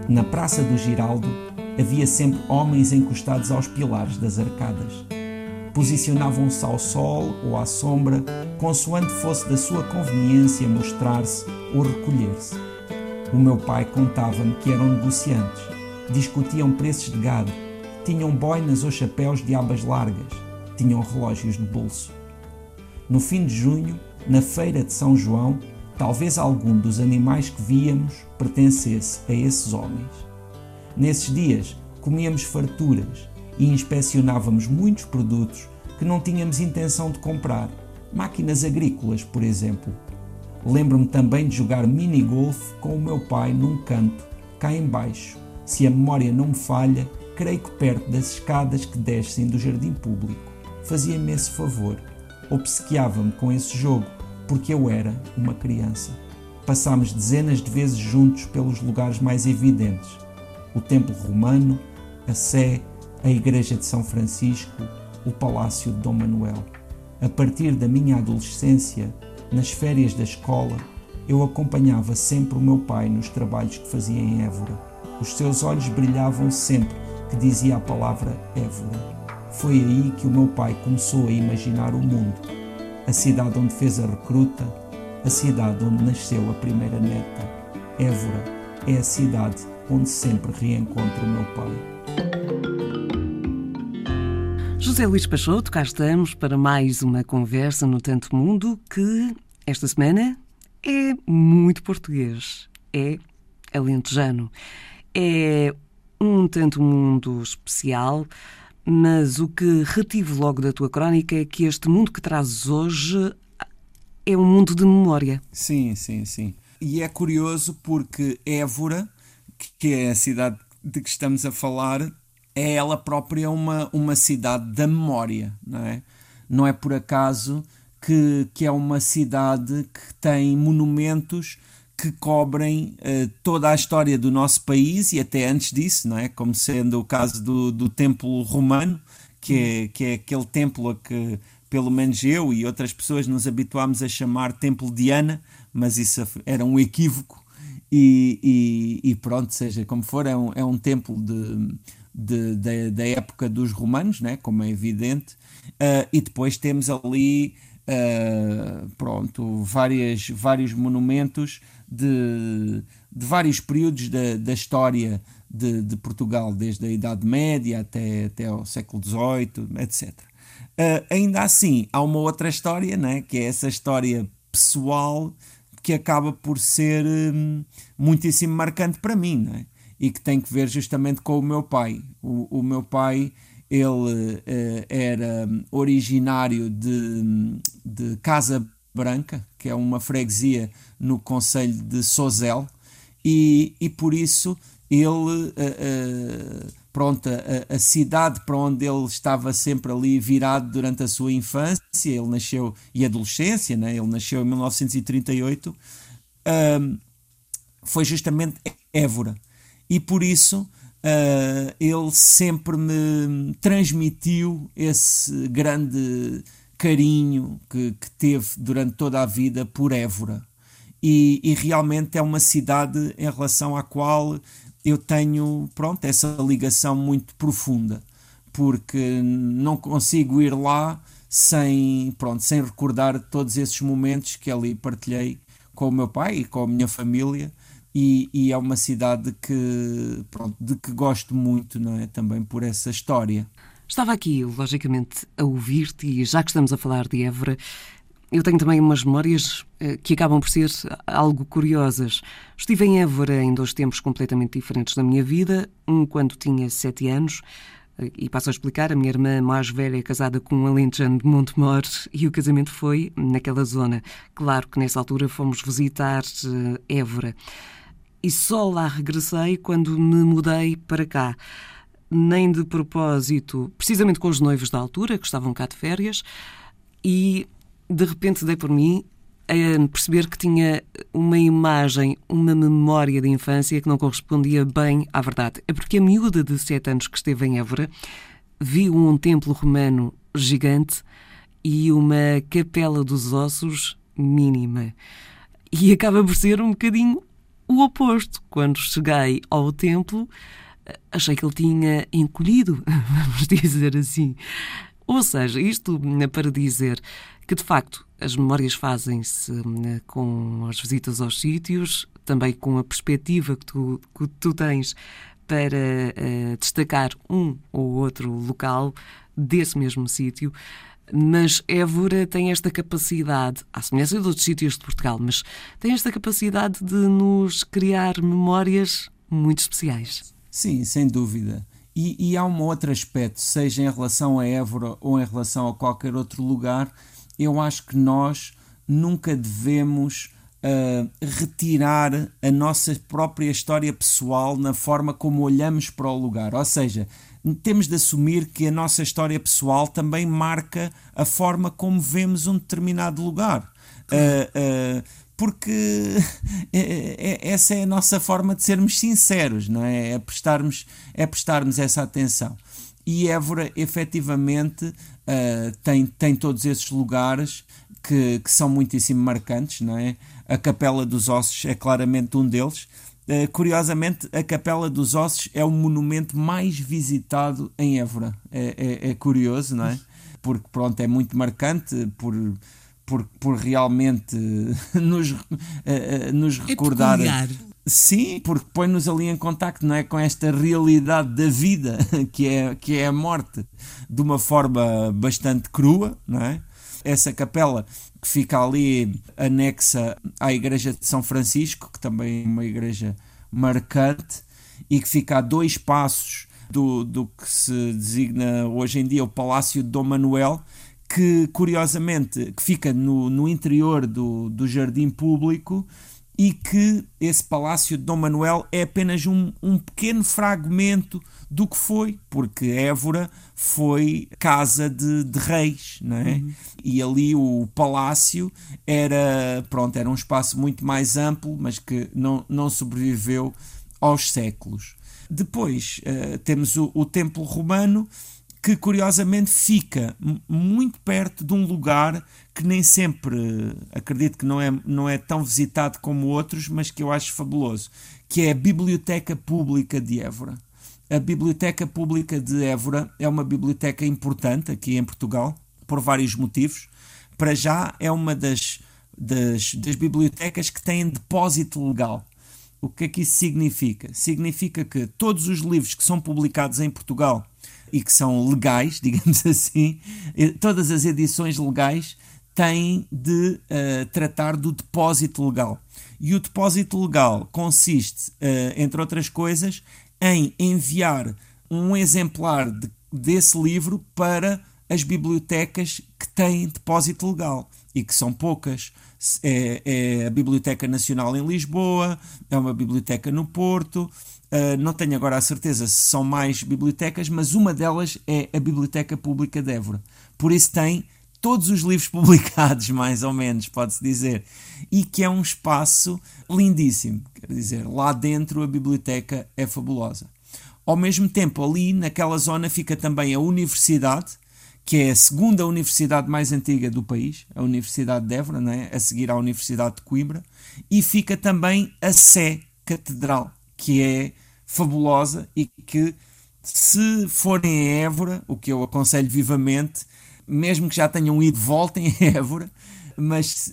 Na Praça do Giraldo havia sempre homens encostados aos pilares das arcadas. Posicionavam-se ao sol ou à sombra, consoante fosse da sua conveniência mostrar-se ou recolher-se. O meu pai contava-me que eram negociantes, discutiam preços de gado, tinham boinas ou chapéus de abas largas, tinham relógios de bolso. No fim de junho, na feira de São João, talvez algum dos animais que víamos pertencesse a esses homens. Nesses dias, comíamos farturas e inspecionávamos muitos produtos que não tínhamos intenção de comprar, máquinas agrícolas, por exemplo. Lembro-me também de jogar mini-golf com o meu pai num canto, cá embaixo. Se a memória não me falha, creio que perto das escadas que descem do jardim público. Fazia-me esse favor. Obsequiava-me com esse jogo, porque eu era uma criança. Passámos dezenas de vezes juntos pelos lugares mais evidentes. O Templo Romano, a Sé, a Igreja de São Francisco, o Palácio de Dom Manuel. A partir da minha adolescência, nas férias da escola, eu acompanhava sempre o meu pai nos trabalhos que fazia em Évora. Os seus olhos brilhavam sempre que dizia a palavra Évora. Foi aí que o meu pai começou a imaginar o mundo. A cidade onde fez a recruta, a cidade onde nasceu a primeira neta. Évora é a cidade onde sempre reencontro o meu pai. José Luís Peixoto, cá estamos para mais uma conversa no Tanto Mundo que, esta semana, é muito português, é alentejano. É um Tanto Mundo especial, mas o que retive logo da tua crónica é que este mundo que trazes hoje é um mundo de memória. Sim. E é curioso porque Évora, que é a cidade de que estamos a falar, é ela própria uma cidade da memória, não é? Não é por acaso que é uma cidade que tem monumentos que cobrem toda a história do nosso país e até antes disso, não é? Como sendo o caso do Templo Romano, que é aquele templo a que pelo menos eu e outras pessoas nos habituámos a chamar Templo Diana, mas isso era um equívoco e pronto, seja como for, é um templo da época dos romanos, né? Como é evidente, e depois temos ali vários monumentos de vários períodos da história de Portugal, desde a Idade Média até ao século XVIII, etc. Ainda assim, há uma outra história, né? Que é essa história pessoal que acaba por ser muitíssimo marcante para mim, né? E que tem que ver justamente com o meu pai. O meu pai, ele era originário de Casa Branca, que é uma freguesia no concelho de Sozel, e por isso ele, a cidade para onde ele estava sempre ali virado durante a sua infância, ele nasceu, e adolescência, né? Ele nasceu em 1938, foi justamente Évora. E por isso ele sempre me transmitiu esse grande carinho que teve durante toda a vida por Évora. E realmente é uma cidade em relação à qual eu tenho, essa ligação muito profunda, porque não consigo ir lá sem recordar todos esses momentos que ali partilhei com o meu pai e com a minha família. E é uma cidade de que gosto muito, não é? Também por essa história. Estava aqui, logicamente, a ouvir-te e já que estamos a falar de Évora, eu tenho também umas memórias que acabam por ser algo curiosas. Estive em Évora em 2 tempos completamente diferentes da minha vida. Um quando tinha 7 anos, e passo a explicar, a minha irmã mais velha é casada com um alentejano de Montemor e o casamento foi naquela zona. Claro que nessa altura fomos visitar Évora. E só lá regressei quando me mudei para cá. Nem de propósito, precisamente com os noivos da altura, que estavam cá de férias, e de repente dei por mim a perceber que tinha uma imagem, uma memória de infância que não correspondia bem à verdade. É porque a miúda de 7 anos que esteve em Évora viu um templo romano gigante e uma capela dos ossos mínima. E acaba por ser um bocadinho o oposto. Quando cheguei ao templo, achei que ele tinha encolhido, vamos dizer assim. Ou seja, isto para dizer que, de facto, as memórias fazem-se com as visitas aos sítios, também com a perspectiva que tu tens para destacar um ou outro local desse mesmo sítio. Mas Évora tem esta capacidade, à semelhança de outros sítios de Portugal, mas tem esta capacidade de nos criar memórias muito especiais. Sim, sem dúvida. E há um outro aspecto, seja em relação a Évora ou em relação a qualquer outro lugar, eu acho que nós nunca devemos retirar a nossa própria história pessoal na forma como olhamos para o lugar. Ou seja, temos de assumir que a nossa história pessoal também marca a forma como vemos um determinado lugar. Porque essa é a nossa forma de sermos sinceros, não é? É prestarmos essa atenção. E Évora, efetivamente, tem todos esses lugares que são muitíssimo marcantes, não é? A Capela dos Ossos é claramente um deles. Curiosamente, a Capela dos Ossos é o monumento mais visitado em Évora. É curioso, não é? Porque, pronto, é muito marcante por realmente nos recordar. É Sim, porque põe-nos ali em contacto, não é, com esta realidade da vida que é a morte, de uma forma bastante crua, não é? Essa capela que fica ali anexa à igreja de São Francisco, que também é uma igreja marcante e que fica a 2 passos do que se designa hoje em dia o Palácio de Dom Manuel, que curiosamente que fica no interior do jardim público, e que esse Palácio de Dom Manuel é apenas um pequeno fragmento do que foi, porque Évora foi casa de reis, não é? E ali o palácio era um espaço muito mais amplo, mas que não sobreviveu aos séculos. Depois temos o Templo Romano, que curiosamente fica muito perto de um lugar que nem sempre, acredito que não é tão visitado como outros, mas que eu acho fabuloso, que é a Biblioteca Pública de Évora. A Biblioteca Pública de Évora é uma biblioteca importante aqui em Portugal, por vários motivos. Para já é uma das bibliotecas que têm depósito legal. O que é que isso significa? Significa que todos os livros que são publicados em Portugal e que são legais, digamos assim, todas as edições legais têm de tratar do depósito legal. E o depósito legal consiste, entre outras coisas, em enviar um exemplar desse livro para as bibliotecas que têm depósito legal, e que são poucas. É a Biblioteca Nacional em Lisboa, é uma biblioteca no Porto, não tenho agora a certeza se são mais bibliotecas, mas uma delas é a Biblioteca Pública de Évora. Por isso tem todos os livros publicados, mais ou menos, pode-se dizer, e que é um espaço lindíssimo. Quer dizer, lá dentro a biblioteca é fabulosa. Ao mesmo tempo, ali naquela zona fica também a universidade, que é a segunda universidade mais antiga do país, a Universidade de Évora, não é? A seguir à Universidade de Coimbra, e fica também a Sé Catedral, que é fabulosa e que, se forem a Évora, o que eu aconselho vivamente, mesmo que já tenham ido, voltem a Évora, mas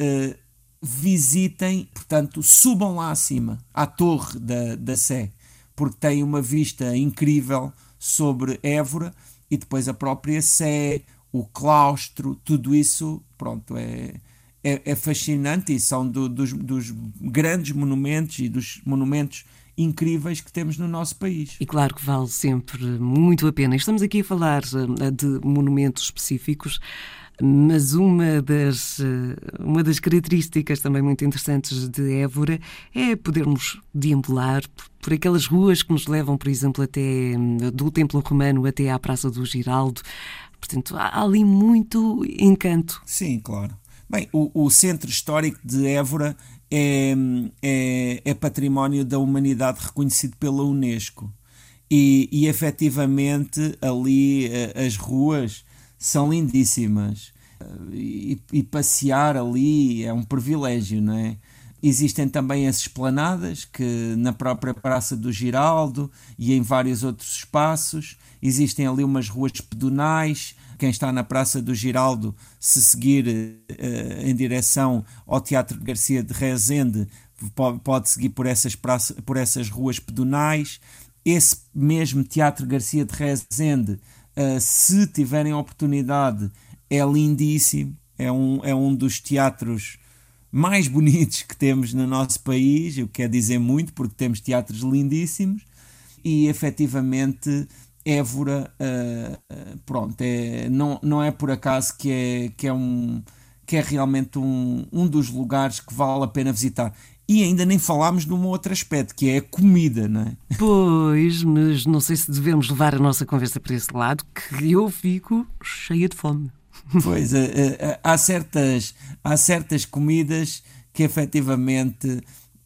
visitem, portanto, subam lá acima, à torre da Sé, porque tem uma vista incrível sobre Évora, e depois a própria Sé, o claustro, tudo isso, pronto, é fascinante, e são dos grandes monumentos e dos monumentos incríveis que temos no nosso país. E claro que vale sempre muito a pena. Estamos aqui a falar de monumentos específicos, mas uma das características também muito interessantes de Évora é podermos deambular por aquelas ruas que nos levam, por exemplo, até do Templo Romano até à Praça do Giraldo. Portanto, há ali muito encanto. Sim, claro. Bem, o Centro Histórico de Évora é património da humanidade reconhecido pela Unesco. E efetivamente ali as ruas são lindíssimas, e passear ali é um privilégio, não é? Existem também as esplanadas, que na própria Praça do Giraldo e em vários outros espaços. Existem ali umas ruas pedonais. Quem está na Praça do Giraldo, se seguir em direção ao Teatro Garcia de Rezende, pode seguir por essas ruas pedonais. Esse mesmo Teatro Garcia de Rezende, se tiverem oportunidade, é lindíssimo. É um dos teatros mais bonitos que temos no nosso país, o que quer dizer muito, porque temos teatros lindíssimos. E efetivamente Évora, não é por acaso que é realmente um dos lugares que vale a pena visitar. E ainda nem falámos de um outro aspecto, que é a comida, não é? Pois, mas não sei se devemos levar a nossa conversa para esse lado, que eu fico cheia de fome. Pois, há certas comidas que efetivamente,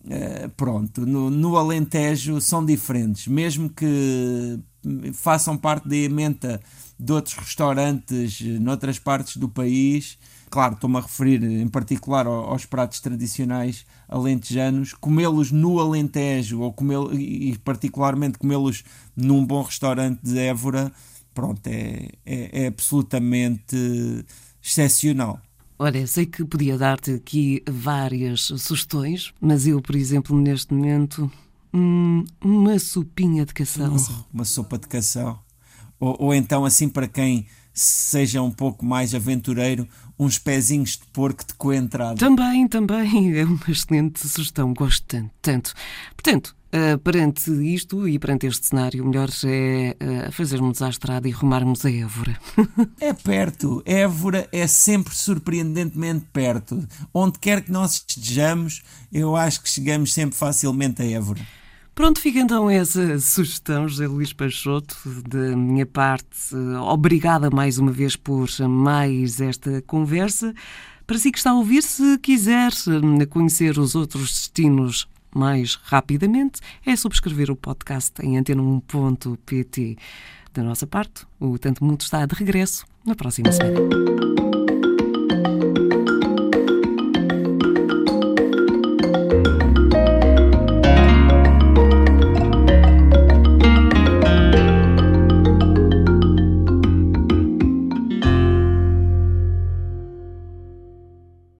no Alentejo são diferentes, mesmo que façam parte da ementa de outros restaurantes noutras partes do país. Claro, estou-me a referir em particular aos pratos tradicionais alentejanos. Comê-los no Alentejo e particularmente comê-los num bom restaurante de Évora, é absolutamente excepcional. Olha, sei que podia dar-te aqui várias sugestões, mas eu, por exemplo, neste momento, uma sopinha de cação. Uma sopa de cação. Ou então, assim, para quem seja um pouco mais aventureiro, uns pezinhos de porco de coentrada. Também, é uma excelente sugestão, gosto tanto. Portanto, perante isto e perante este cenário, o melhor é fazermos à estrada e rumarmos a Évora. É perto. Évora é sempre surpreendentemente perto. Onde quer que nós estejamos, eu acho que chegamos sempre facilmente a Évora. Pronto, fica então essa sugestão, José Luís Peixoto. Da minha parte, obrigada mais uma vez por mais esta conversa. Para si que está a ouvir, se quiser conhecer os outros destinos mais rapidamente, é subscrever o podcast em antena1.pt. Da nossa parte, o Tanto Mundo está de regresso na próxima semana.